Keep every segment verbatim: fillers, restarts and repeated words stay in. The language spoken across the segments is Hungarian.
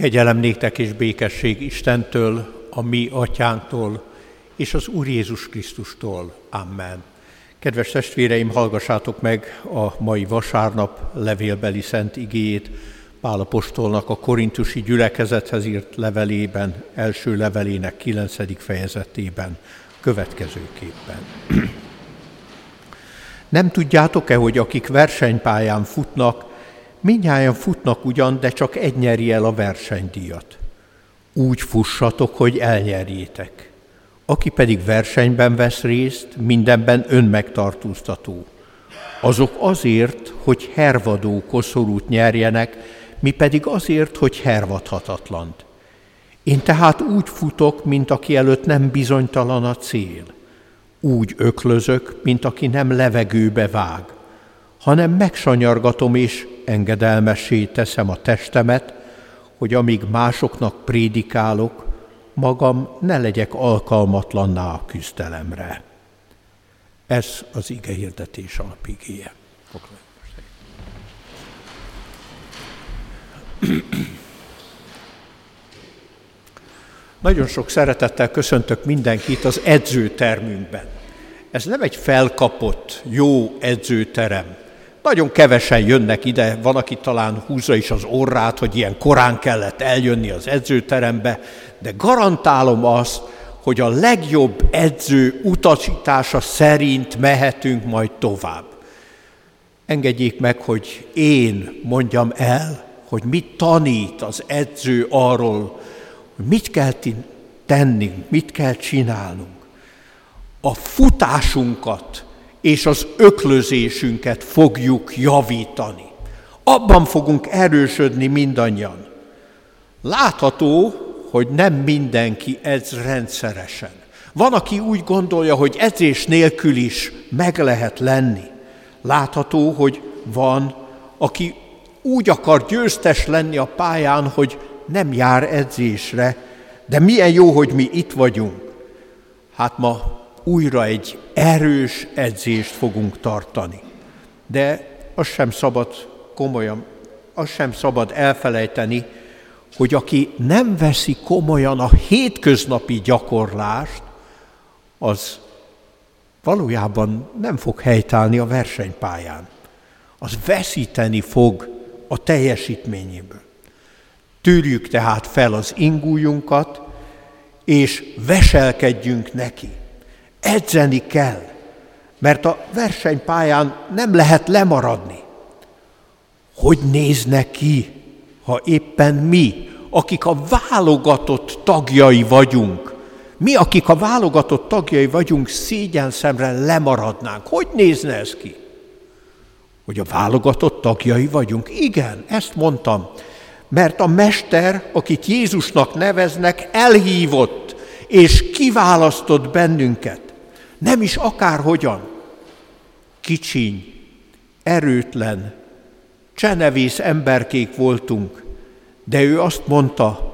Kegyelem néktek és békesség Istentől, a mi atyánktól, és az Úr Jézus Krisztustól. Amen. Kedves testvéreim, hallgassátok meg a mai vasárnap levélbeli szent igéjét Pál apostolnak a korintusi gyülekezethez írt levelében, első levelének kilencedik fejezetében, következőképpen. Nem tudjátok-e, hogy akik versenypályán futnak, mindnyájan futnak ugyan, de csak egy nyeri el a versenydíjat. Úgy fussatok, hogy elnyerjétek. Aki pedig versenyben vesz részt, mindenben önmegtartóztató. Azok azért, hogy hervadó koszorút nyerjenek, mi pedig azért, hogy hervadhatatlant. Én tehát úgy futok, mint aki előtt nem bizonytalan a cél. Úgy öklözök, mint aki nem levegőbe vág, hanem megsanyargatom és engedelmessé teszem a testemet, hogy amíg másoknak prédikálok, magam ne legyek alkalmatlanná a küzdelemre. Ez az igehirdetés alapigéje. Nagyon sok szeretettel köszöntök mindenkit az edzőtermünkben. Ez nem egy felkapott, jó edzőterem. Nagyon kevesen jönnek ide, van, aki talán húzza is az orrát, hogy ilyen korán kellett eljönni az edzőterembe, de garantálom azt, hogy a legjobb edző utasítása szerint mehetünk majd tovább. Engedjék meg, hogy én mondjam el, hogy mit tanít az edző arról, hogy mit kell tennünk, mit kell csinálnunk. A futásunkat és az öklözésünket fogjuk javítani. Abban fogunk erősödni mindannyian. Látható, hogy nem mindenki edz rendszeresen. Van, aki úgy gondolja, hogy edzés nélkül is meg lehet lenni. Látható, hogy van, aki úgy akar győztes lenni a pályán, hogy nem jár edzésre, de milyen jó, hogy mi itt vagyunk. Hát ma újra egy erős edzést fogunk tartani. De azt sem szabad komolyan, azt sem szabad elfelejteni, hogy aki nem veszi komolyan a hétköznapi gyakorlást, az valójában nem fog helytállni a versenypályán. Az veszíteni fog a teljesítményéből. Tűrjük tehát fel az ingújunkat, és veselkedjünk neki. Edzeni kell, mert a versenypályán nem lehet lemaradni. Hogy néznek ki, ha éppen mi, akik a válogatott tagjai vagyunk, mi, akik a válogatott tagjai vagyunk, szégyenszemre lemaradnánk? Hogy nézne ez ki? Hogy a válogatott tagjai vagyunk? Igen, ezt mondtam. Mert a Mester, akit Jézusnak neveznek, elhívott és kiválasztott bennünket. Nem is akárhogyan. Kicsiny, erőtlen, csenevész emberkék voltunk, de ő azt mondta,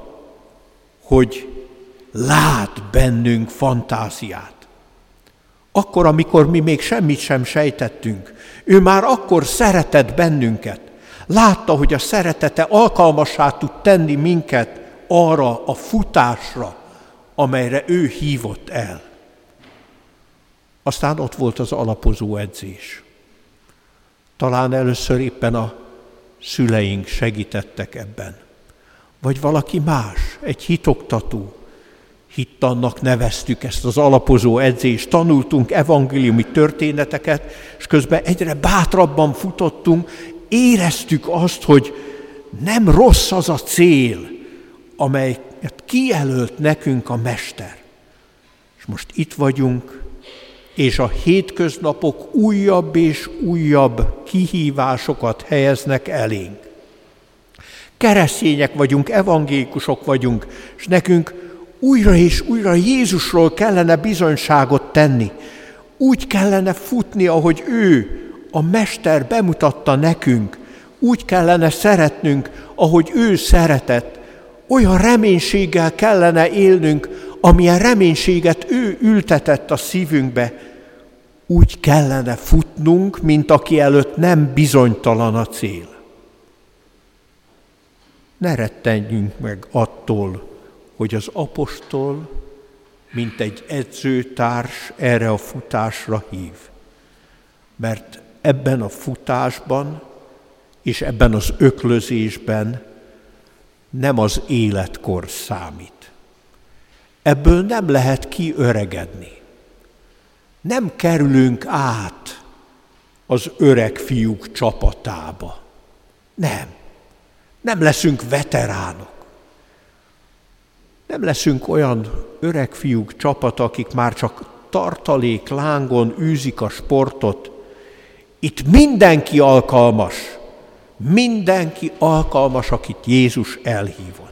hogy lát bennünk fantáziát. Akkor, amikor mi még semmit sem sejtettünk, ő már akkor szeretett bennünket. Látta, hogy a szeretete alkalmassá tud tenni minket arra a futásra, amelyre ő hívott el. Aztán ott volt az alapozó edzés. Talán először éppen a szüleink segítettek ebben. Vagy valaki más, egy hitoktató. Hittannak neveztük ezt az alapozó edzést, tanultunk evangéliumi történeteket, és közben egyre bátrabban futottunk, éreztük azt, hogy nem rossz az a cél, amelyet kijelölt nekünk a Mester. És most itt vagyunk, és a hétköznapok újabb és újabb kihívásokat helyeznek elénk. Keresztények vagyunk, evangélikusok vagyunk, és nekünk újra és újra Jézusról kellene bizonyságot tenni. Úgy kellene futni, ahogy ő, a Mester bemutatta nekünk. Úgy kellene szeretnünk, ahogy ő szeretett. Olyan reménységgel kellene élnünk, amilyen reménységet ő ültetett a szívünkbe. Úgy kellene futnunk, mint aki előtt nem bizonytalan a cél. ne rettenjünk meg attól, hogy az apostol, mint egy edzőtárs erre a futásra hív. Mert ebben a futásban és ebben az öklözésben nem az életkor számít. Ebből nem lehet kiöregedni. Nem kerülünk át az öreg fiúk csapatába. Nem. Nem leszünk veteránok. Nem leszünk olyan öreg fiúk csapata, akik már csak tartalék lángon űzik a sportot. Itt mindenki alkalmas. Mindenki alkalmas, akit Jézus elhívott.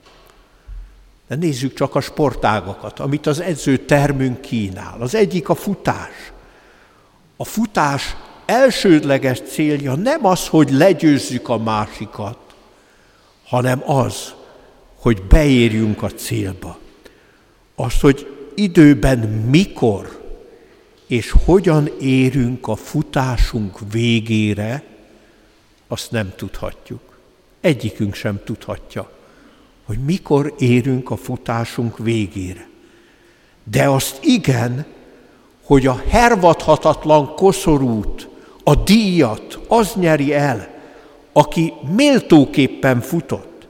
De nézzük csak a sportágakat, amit az edzőtermünk kínál. Az egyik a futás. A futás elsődleges célja nem az, hogy legyőzzük a másikat, hanem az, hogy beérjünk a célba. Az, hogy időben mikor és hogyan érünk a futásunk végére, azt nem tudhatjuk. Egyikünk sem tudhatja, hogy mikor érünk a futásunk végére. De azt igen, hogy a hervadhatatlan koszorút, a díjat az nyeri el, aki méltóképpen futott.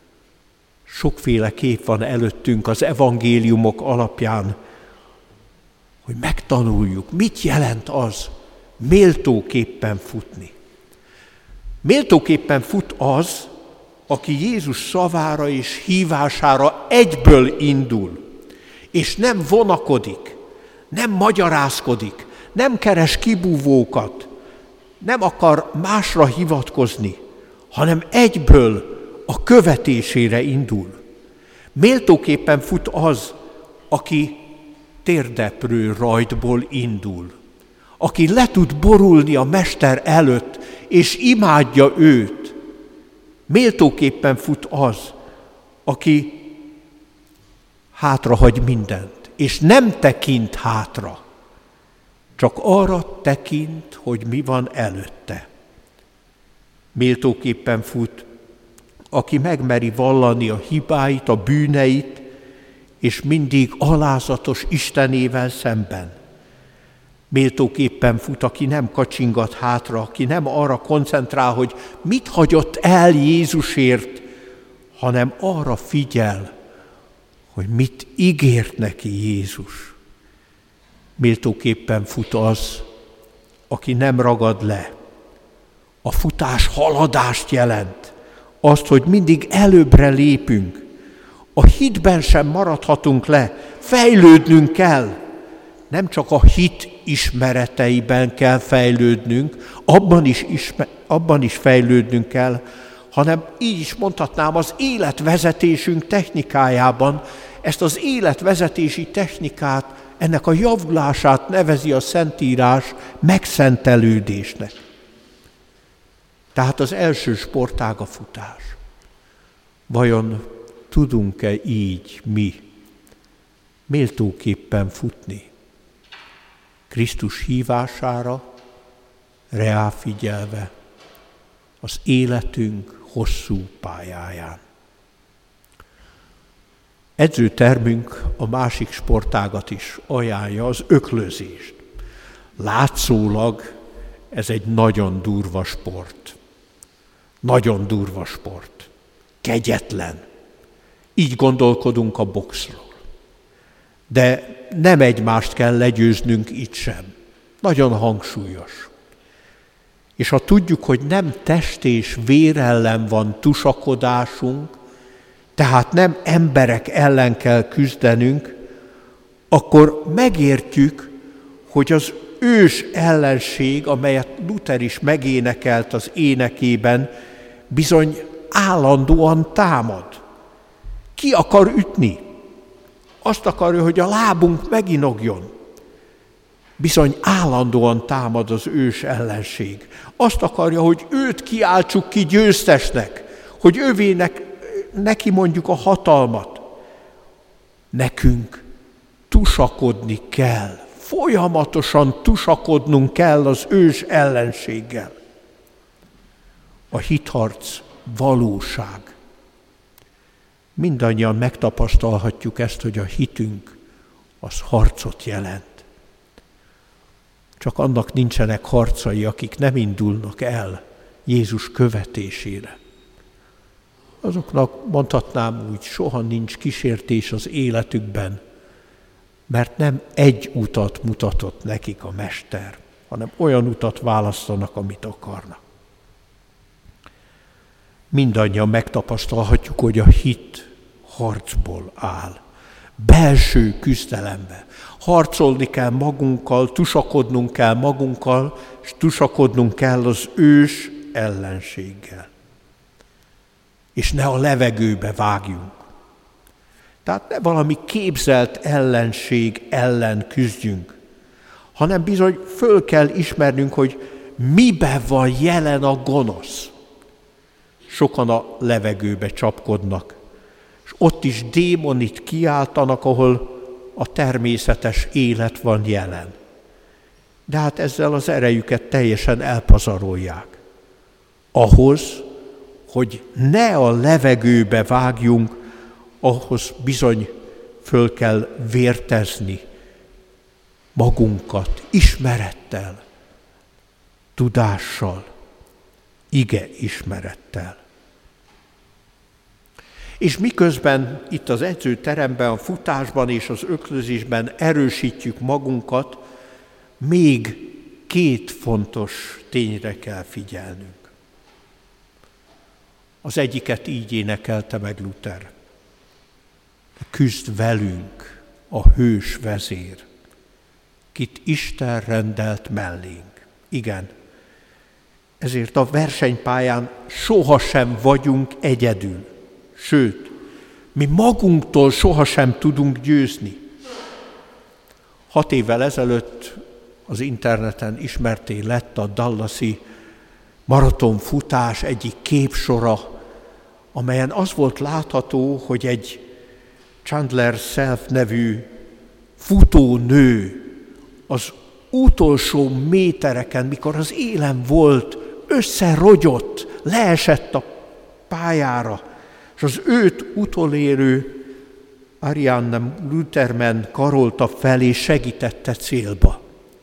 Sokféle kép van előttünk az evangéliumok alapján, hogy megtanuljuk, mit jelent az méltóképpen futni. Méltóképpen fut az, aki Jézus szavára és hívására egyből indul, és nem vonakodik, nem magyarázkodik, nem keres kibúvókat, nem akar másra hivatkozni, hanem egyből a követésére indul. Méltóképpen fut az, aki térdeprő rajtból indul, aki le tud borulni a mester előtt, és imádja őt. Méltóképpen fut az, aki hátrahagy mindent, és nem tekint hátra, csak arra tekint, hogy mi van előtte. Méltóképpen fut, aki megmeri vallani a hibáit, a bűneit, és mindig alázatos Istenével szemben. Méltóképpen fut, aki nem kacsingat hátra, aki nem arra koncentrál, hogy mit hagyott el Jézusért, hanem arra figyel, hogy mit ígért neki Jézus. Méltóképpen fut az, aki nem ragad le. A futás haladást jelent, azt, hogy mindig előbbre lépünk. A hitben sem maradhatunk le, fejlődnünk kell. Nem csak a hit ismereteiben kell fejlődnünk, abban is, ismer, abban is fejlődnünk kell, hanem így is mondhatnám az életvezetésünk technikájában. Ezt az életvezetési technikát, ennek a javulását nevezi a Szentírás megszentelődésnek. Tehát az első sportág a futás. Vajon tudunk-e így mi méltóképpen futni? Krisztus hívására reáfigyelve az életünk hosszú pályáján. Edzőtermünk a másik sportágat is ajánlja, az öklözést. Látszólag ez egy nagyon durva sport. Nagyon durva sport. Kegyetlen. Így gondolkodunk a boxról. De nem egymást kell legyőznünk itt sem. Nagyon hangsúlyos. És ha tudjuk, hogy nem test és vér ellen van tusakodásunk, tehát nem emberek ellen kell küzdenünk, akkor megértjük, hogy az ős ellenség, amelyet Luther is megénekelt az énekében, bizony állandóan támad. Ki akar ütni? Azt akarja, hogy a lábunk meginogjon. Bizony állandóan támad az ős ellenség. Azt akarja, hogy őt kiáltsuk ki győztesnek, hogy övének, neki mondjuk a hatalmat. Nekünk tusakodni kell, folyamatosan tusakodnunk kell az ős ellenséggel. A hitharc valóság, mindannyian megtapasztalhatjuk ezt, hogy a hitünk az harcot jelent. Csak annak nincsenek harcai, akik nem indulnak el Jézus követésére. Azoknak mondhatnám úgy, soha nincs kísértés az életükben, mert nem egy utat mutatott nekik a Mester, hanem olyan utat választanak, amit akarnak. Mindannyian megtapasztalhatjuk, hogy a hit harcból áll. Belső küzdelembe. Harcolni kell magunkkal, tusakodnunk kell magunkkal, és tusakodnunk kell az ős ellenséggel. És ne a levegőbe vágjunk. Tehát ne valami képzelt ellenség ellen küzdjünk, hanem bizony föl kell ismernünk, hogy miben van jelen a gonosz. Sokan a levegőbe csapkodnak, és ott is démonit kiáltanak, ahol a természetes élet van jelen. De hát ezzel az erejüket teljesen elpazarolják. Ahhoz, hogy ne a levegőbe vágjunk, ahhoz bizony föl kell vértezni magunkat ismerettel, tudással, ige ismerettel. És miközben itt az edzőteremben, a futásban és az öklözésben erősítjük magunkat, még két fontos tényre kell figyelnünk. Az egyiket így énekelte meg Luther. Küzd velünk a hős vezér, kit Isten rendelt mellénk. Igen, ezért a versenypályán sohasem vagyunk egyedül. Sőt, mi magunktól sohasem tudunk győzni. Hat évvel ezelőtt az interneten ismerté lett a dallasi maratonfutás egyik képsora, amelyen az volt látható, hogy egy Chandler Self nevű futónő az utolsó métereken, mikor az élen volt, összerogyott, leesett a pályára, és az őt utolérő Ariane Lutherman karolta fel és segítette célba.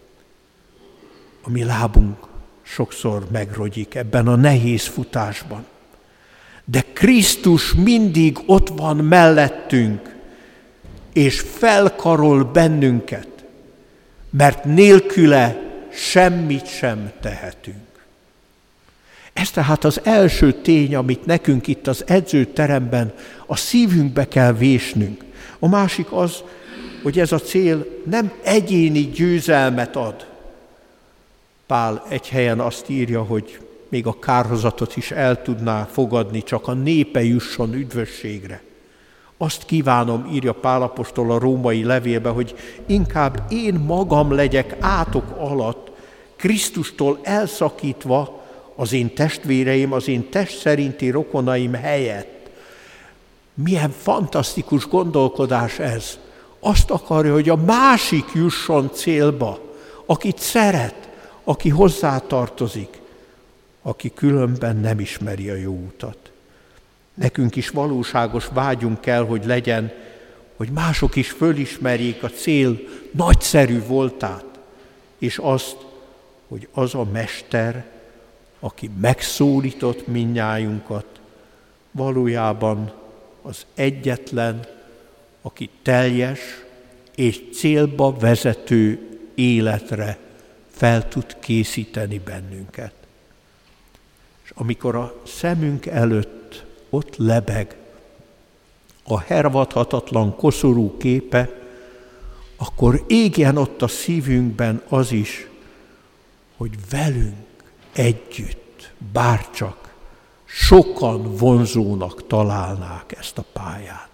A mi lábunk sokszor megrogyik ebben a nehéz futásban. De Krisztus mindig ott van mellettünk, és felkarol bennünket, mert nélküle semmit sem tehetünk. Ez tehát az első tény, amit nekünk itt az edzőteremben a szívünkbe kell vésnünk. A másik az, hogy ez a cél nem egyéni győzelmet ad. Pál egy helyen azt írja, hogy még a kárhozatot is el tudná fogadni, csak a népe jusson üdvösségre. Azt kívánom, írja Pál apostol a római levélbe, hogy inkább én magam legyek átok alatt, Krisztustól elszakítva, az én testvéreim, az én test szerinti rokonaim helyett. Milyen fantasztikus gondolkodás ez. Azt akarja, hogy a másik jusson célba, akit szeret, aki hozzátartozik, aki különben nem ismeri a jó utat. Nekünk is valóságos vágyunk kell, hogy legyen, hogy mások is fölismerjék a cél nagyszerű voltát, és azt, hogy az a Mester, aki megszólított mindnyájunkat, valójában az egyetlen, aki teljes és célba vezető életre fel tud készíteni bennünket. És amikor a szemünk előtt ott lebeg a hervadhatatlan koszorú képe, akkor égjen ott a szívünkben az is, hogy velünk együtt, bárcsak sokan vonzónak találnák ezt a pályát.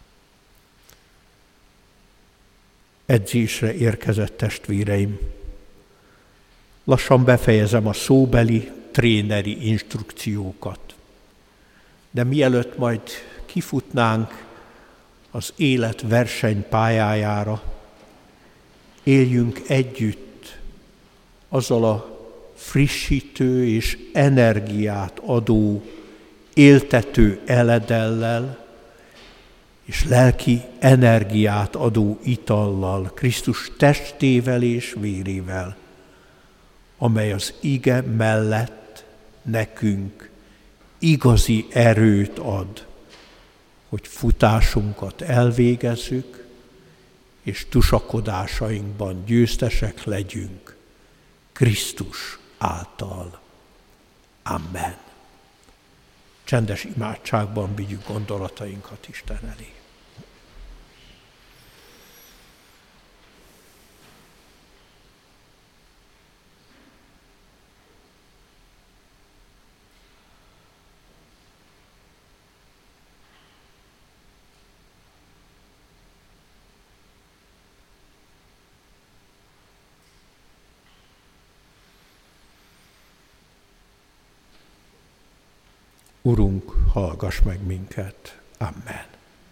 Edzésre érkezett testvéreim. Lassan befejezem a szóbeli, tréneri instrukciókat. De mielőtt majd kifutnánk az élet versenypályájára, éljünk együtt azzal a frissítő és energiát adó, éltető eledellel, és lelki energiát adó itallal, Krisztus testével és vérével, amely az ige mellett nekünk igazi erőt ad, hogy futásunkat elvégezzük, és tusakodásainkban győztesek legyünk Krisztus által. Amen. Csendes imádságban vigyük gondolatainkat Isten elé. Urunk, hallgass meg minket. Amen.